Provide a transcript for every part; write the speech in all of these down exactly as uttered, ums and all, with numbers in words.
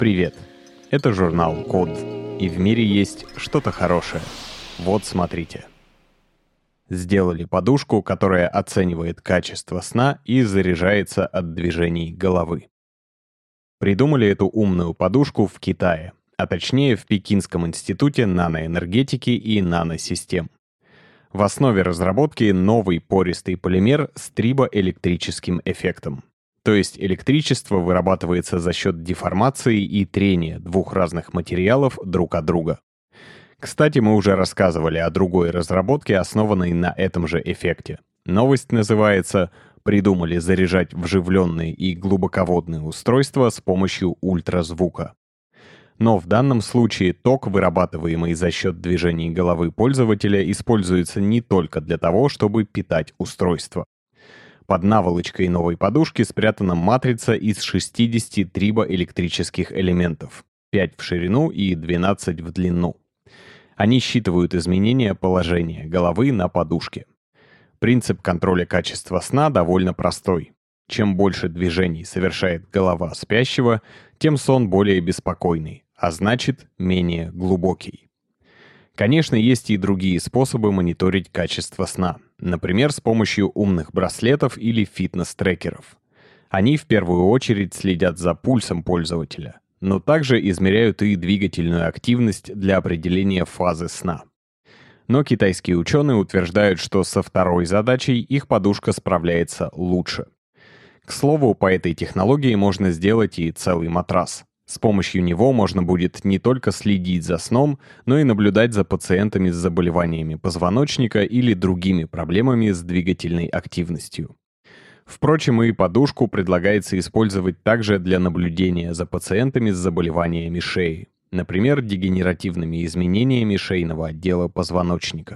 Привет! Это журнал Код, и в мире есть что-то хорошее. Вот смотрите. Сделали подушку, которая оценивает качество сна и заряжается от движений головы. Придумали эту умную подушку в Китае, а точнее в Пекинском институте наноэнергетики и наносистем. В основе разработки новый пористый полимер с трибоэлектрическим эффектом. То есть электричество вырабатывается за счет деформации и трения двух разных материалов друг от друга. Кстати, мы уже рассказывали о другой разработке, основанной на этом же эффекте. Новость называется «Придумали заряжать вживленные и глубоководные устройства с помощью ультразвука». Но в данном случае ток, вырабатываемый за счет движений головы пользователя, используется не только для того, чтобы питать устройство. Под наволочкой новой подушки спрятана матрица из шестидесяти трибоэлектрических элементов, пять в ширину и двенадцать в длину. Они считывают изменения положения головы на подушке. Принцип контроля качества сна довольно простой. Чем больше движений совершает голова спящего, тем сон более беспокойный, а значит, менее глубокий. Конечно, есть и другие способы мониторить качество сна. Например, с помощью умных браслетов или фитнес-трекеров. Они в первую очередь следят за пульсом пользователя, но также измеряют и двигательную активность для определения фазы сна. Но китайские ученые утверждают, что со второй задачей их подушка справляется лучше. К слову, по этой технологии можно сделать и целый матрас. С помощью него можно будет не только следить за сном, но и наблюдать за пациентами с заболеваниями позвоночника или другими проблемами с двигательной активностью. Впрочем, и подушку предлагается использовать также для наблюдения за пациентами с заболеваниями шеи, например, дегенеративными изменениями шейного отдела позвоночника.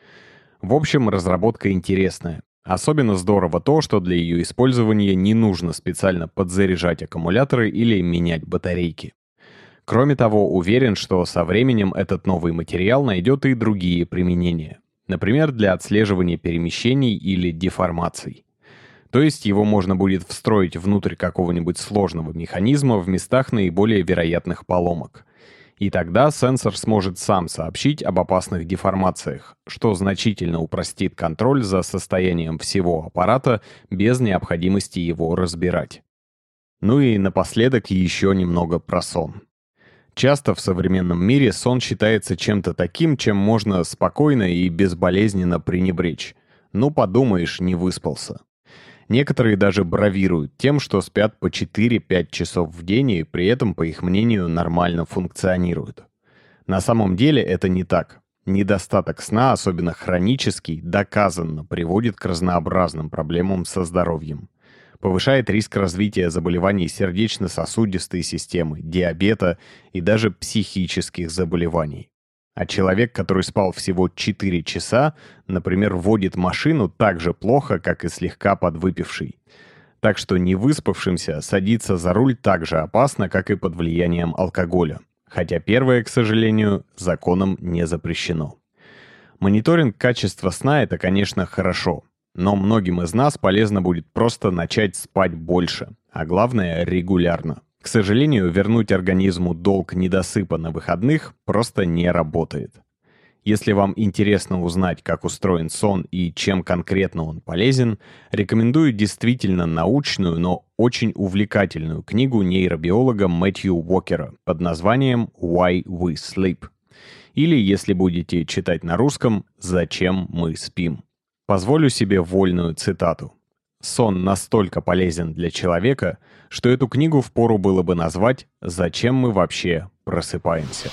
В общем, разработка интересная. Особенно здорово то, что для ее использования не нужно специально подзаряжать аккумуляторы или менять батарейки. Кроме того, уверен, что со временем этот новый материал найдет и другие применения. Например, для отслеживания перемещений или деформаций. То есть его можно будет встроить внутрь какого-нибудь сложного механизма в местах наиболее вероятных поломок. И тогда сенсор сможет сам сообщить об опасных деформациях, что значительно упростит контроль за состоянием всего аппарата без необходимости его разбирать. Ну и напоследок еще немного про сон. Часто в современном мире сон считается чем-то таким, чем можно спокойно и безболезненно пренебречь. Ну, подумаешь, не выспался. Некоторые даже бравируют тем, что спят по четыре-пять часов в день и при этом, по их мнению, нормально функционируют. На самом деле это не так. Недостаток сна, особенно хронический, доказанно приводит к разнообразным проблемам со здоровьем. Повышает риск развития заболеваний сердечно-сосудистой системы, диабета и даже психических заболеваний. А человек, который спал всего четыре часа, например, водит машину так же плохо, как и слегка подвыпивший. Так что невыспавшимся садиться за руль так же опасно, как и под влиянием алкоголя. Хотя первое, к сожалению, законом не запрещено. Мониторинг качества сна — это, конечно, хорошо. Но многим из нас полезно будет просто начать спать больше. А главное — регулярно. К сожалению, вернуть организму долг недосыпа на выходных просто не работает. Если вам интересно узнать, как устроен сон и чем конкретно он полезен, рекомендую действительно научную, но очень увлекательную книгу нейробиолога Мэтью Уокера под названием «Why We Sleep». Или, если будете читать на русском, «Зачем мы спим?». Позволю себе вольную цитату. Сон настолько полезен для человека, что эту книгу впору было бы назвать «Зачем мы вообще просыпаемся?».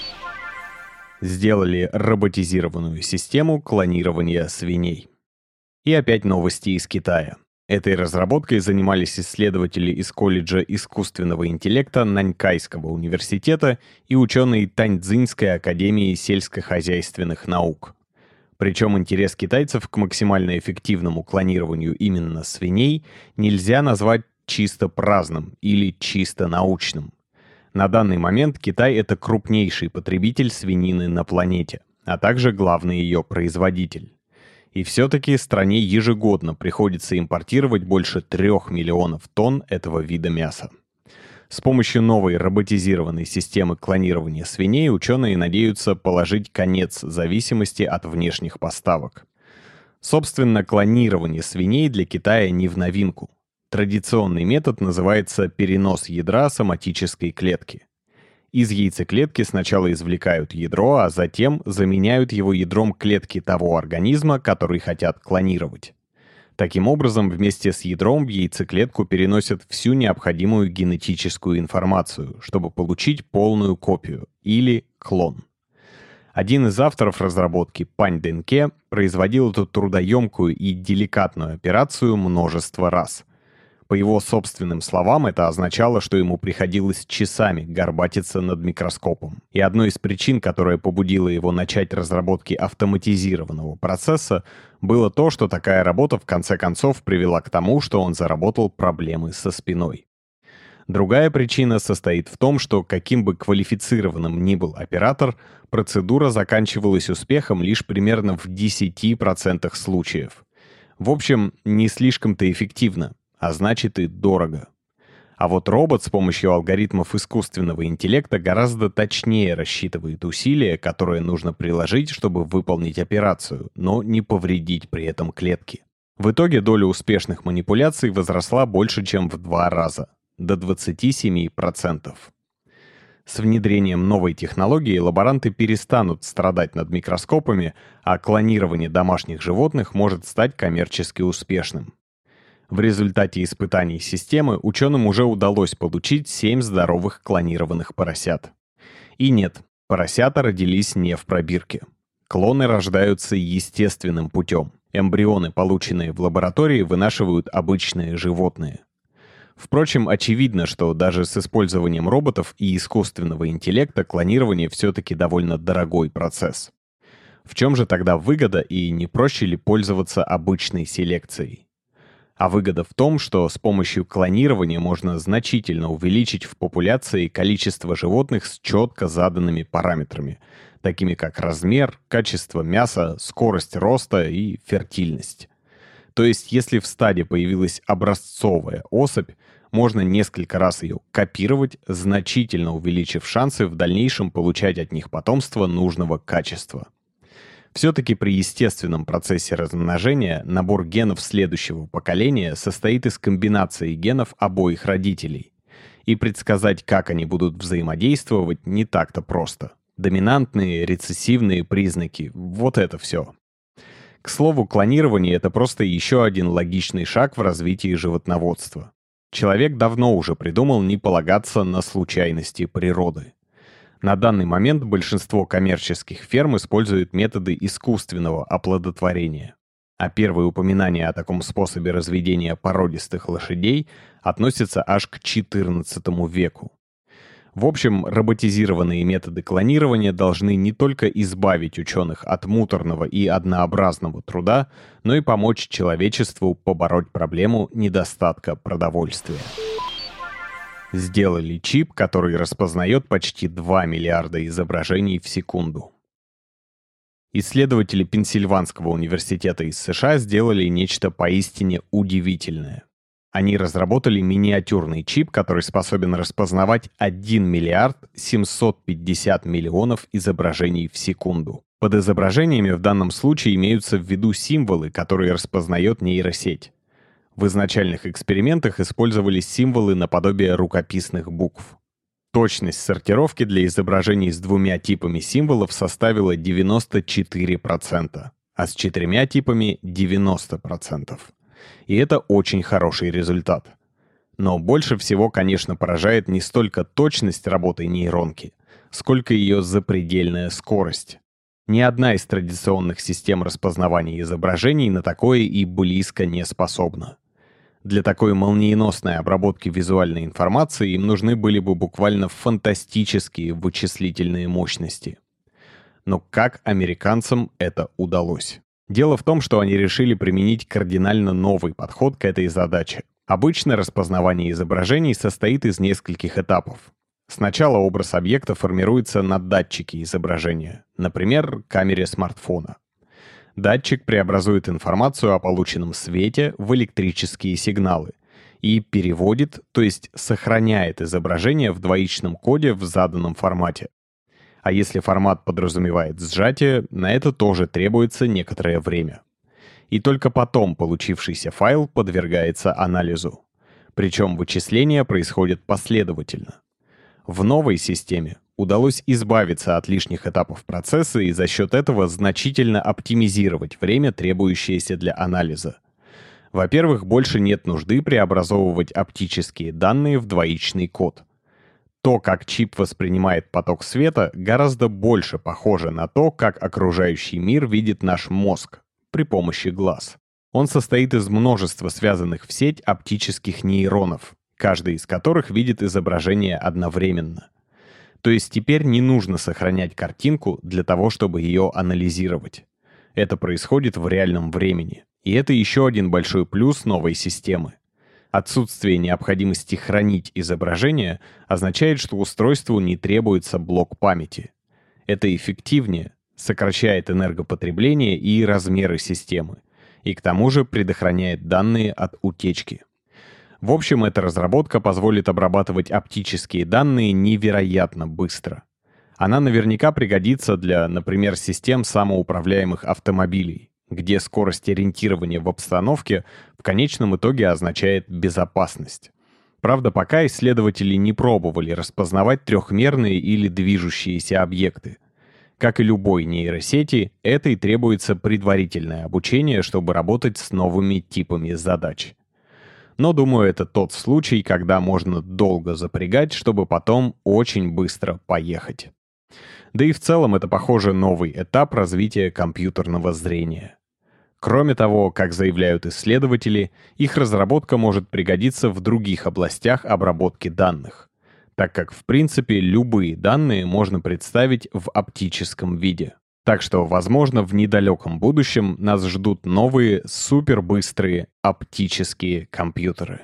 Сделали роботизированную систему клонирования свиней. И опять новости из Китая. Этой разработкой занимались исследователи из колледжа искусственного интеллекта Нанькайского университета и ученые Таньцзинской академии сельскохозяйственных наук. Причем интерес китайцев к максимально эффективному клонированию именно свиней нельзя назвать чисто праздным или чисто научным. На данный момент Китай — это крупнейший потребитель свинины на планете, а также главный ее производитель. И все-таки стране ежегодно приходится импортировать больше трех миллионов тонн этого вида мяса. С помощью новой роботизированной системы клонирования свиней ученые надеются положить конец зависимости от внешних поставок. Собственно, клонирование свиней для Китая не в новинку. Традиционный метод называется перенос ядра соматической клетки. Из яйцеклетки сначала извлекают ядро, а затем заменяют его ядром клетки того организма, который хотят клонировать. Таким образом, вместе с ядром в яйцеклетку переносят всю необходимую генетическую информацию, чтобы получить полную копию, или клон. Один из авторов разработки, Пань Дэнке, производил эту трудоемкую и деликатную операцию множество раз. По его собственным словам, это означало, что ему приходилось часами горбатиться над микроскопом. И одной из причин, которая побудила его начать разработки автоматизированного процесса, было то, что такая работа в конце концов привела к тому, что он заработал проблемы со спиной. Другая причина состоит в том, что каким бы квалифицированным ни был оператор, процедура заканчивалась успехом лишь примерно в десяти процентах случаев. В общем, не слишком-то эффективно, а значит и дорого. А вот робот с помощью алгоритмов искусственного интеллекта гораздо точнее рассчитывает усилия, которые нужно приложить, чтобы выполнить операцию, но не повредить при этом клетки. В итоге доля успешных манипуляций возросла больше, чем в два раза, до двадцати семи процентов. С внедрением новой технологии лаборанты перестанут страдать над микроскопами, а клонирование домашних животных может стать коммерчески успешным. В результате испытаний системы ученым уже удалось получить семь здоровых клонированных поросят. И нет, поросята родились не в пробирке. Клоны рождаются естественным путем. Эмбрионы, полученные в лаборатории, вынашивают обычные животные. Впрочем, очевидно, что даже с использованием роботов и искусственного интеллекта клонирование все-таки довольно дорогой процесс. В чем же тогда выгода и не проще ли пользоваться обычной селекцией? А выгода в том, что с помощью клонирования можно значительно увеличить в популяции количество животных с четко заданными параметрами, такими как размер, качество мяса, скорость роста и фертильность. То есть, если в стаде появилась образцовая особь, можно несколько раз ее копировать, значительно увеличив шансы в дальнейшем получать от них потомство нужного качества. Все-таки при естественном процессе размножения набор генов следующего поколения состоит из комбинации генов обоих родителей. И предсказать, как они будут взаимодействовать, не так-то просто. Доминантные, рецессивные признаки — вот это все. К слову, клонирование — это просто еще один логичный шаг в развитии животноводства. Человек давно уже придумал не полагаться на случайности природы. На данный момент большинство коммерческих ферм используют методы искусственного оплодотворения. А первые упоминания о таком способе разведения породистых лошадей относятся аж к четырнадцатому веку. В общем, роботизированные методы клонирования должны не только избавить ученых от муторного и однообразного труда, но и помочь человечеству побороть проблему недостатка продовольствия. Сделали чип, который распознает почти два миллиарда изображений в секунду. Исследователи Пенсильванского университета из США сделали нечто поистине удивительное. Они разработали миниатюрный чип, который способен распознавать один миллиард семьсот пятьдесят миллионов изображений в секунду. Под изображениями в данном случае имеются в виду символы, которые распознает нейросеть. В изначальных экспериментах использовались символы наподобие рукописных букв. Точность сортировки для изображений с двумя типами символов составила девяносто четыре процента, а с четырьмя типами — девяносто процентов. И это очень хороший результат. Но больше всего, конечно, поражает не столько точность работы нейронки, сколько ее запредельная скорость. Ни одна из традиционных систем распознавания изображений на такое и близко не способна. Для такой молниеносной обработки визуальной информации им нужны были бы буквально фантастические вычислительные мощности. Но как американцам это удалось? Дело в том, что они решили применить кардинально новый подход к этой задаче. Обычно распознавание изображений состоит из нескольких этапов. Сначала образ объекта формируется на датчике изображения, например, камере смартфона. Датчик преобразует информацию о полученном свете в электрические сигналы, и переводит, то есть сохраняет изображение в двоичном коде в заданном формате. А если формат подразумевает сжатие, на это тоже требуется некоторое время. И только потом получившийся файл подвергается анализу. Причем вычисления происходят последовательно. В новой системе удалось избавиться от лишних этапов процесса и за счет этого значительно оптимизировать время, требующееся для анализа. Во-первых, больше нет нужды преобразовывать оптические данные в двоичный код. То, как чип воспринимает поток света, гораздо больше похоже на то, как окружающий мир видит наш мозг при помощи глаз. Он состоит из множества связанных в сеть оптических нейронов, каждый из которых видит изображение одновременно. То есть теперь не нужно сохранять картинку для того, чтобы ее анализировать. Это происходит в реальном времени. И это еще один большой плюс новой системы. Отсутствие необходимости хранить изображение означает, что устройству не требуется блок памяти. Это эффективнее, сокращает энергопотребление и размеры системы, и к тому же предохраняет данные от утечки. В общем, эта разработка позволит обрабатывать оптические данные невероятно быстро. Она наверняка пригодится для, например, систем самоуправляемых автомобилей, где скорость ориентирования в обстановке в конечном итоге означает безопасность. Правда, пока исследователи не пробовали распознавать трехмерные или движущиеся объекты. Как и любой нейросети, этой требуется предварительное обучение, чтобы работать с новыми типами задач. Но, думаю, это тот случай, когда можно долго запрягать, чтобы потом очень быстро поехать. Да и в целом это, похоже, новый этап развития компьютерного зрения. Кроме того, как заявляют исследователи, их разработка может пригодиться в других областях обработки данных, так как, в принципе, любые данные можно представить в оптическом виде. Так что, возможно, в недалеком будущем нас ждут новые супербыстрые оптические компьютеры.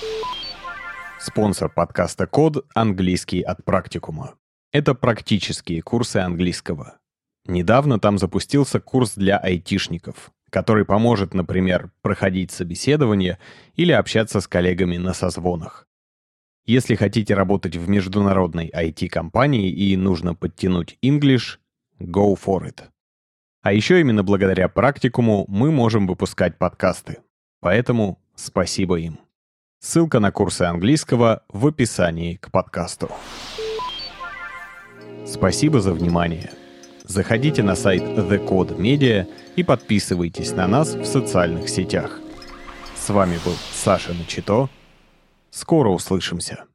Спонсор подкаста Код — английский от практикума. Это практические курсы английского. Недавно там запустился курс для айтишников, который поможет, например, проходить собеседование или общаться с коллегами на созвонах. Если хотите работать в международной ай ти-компании и нужно подтянуть English, go for it. А еще именно благодаря практикуму мы можем выпускать подкасты. Поэтому спасибо им. Ссылка на курсы английского в описании к подкасту. Спасибо за внимание. Заходите на сайт The Code Media и подписывайтесь на нас в социальных сетях. С вами был Саша Начито. Скоро услышимся.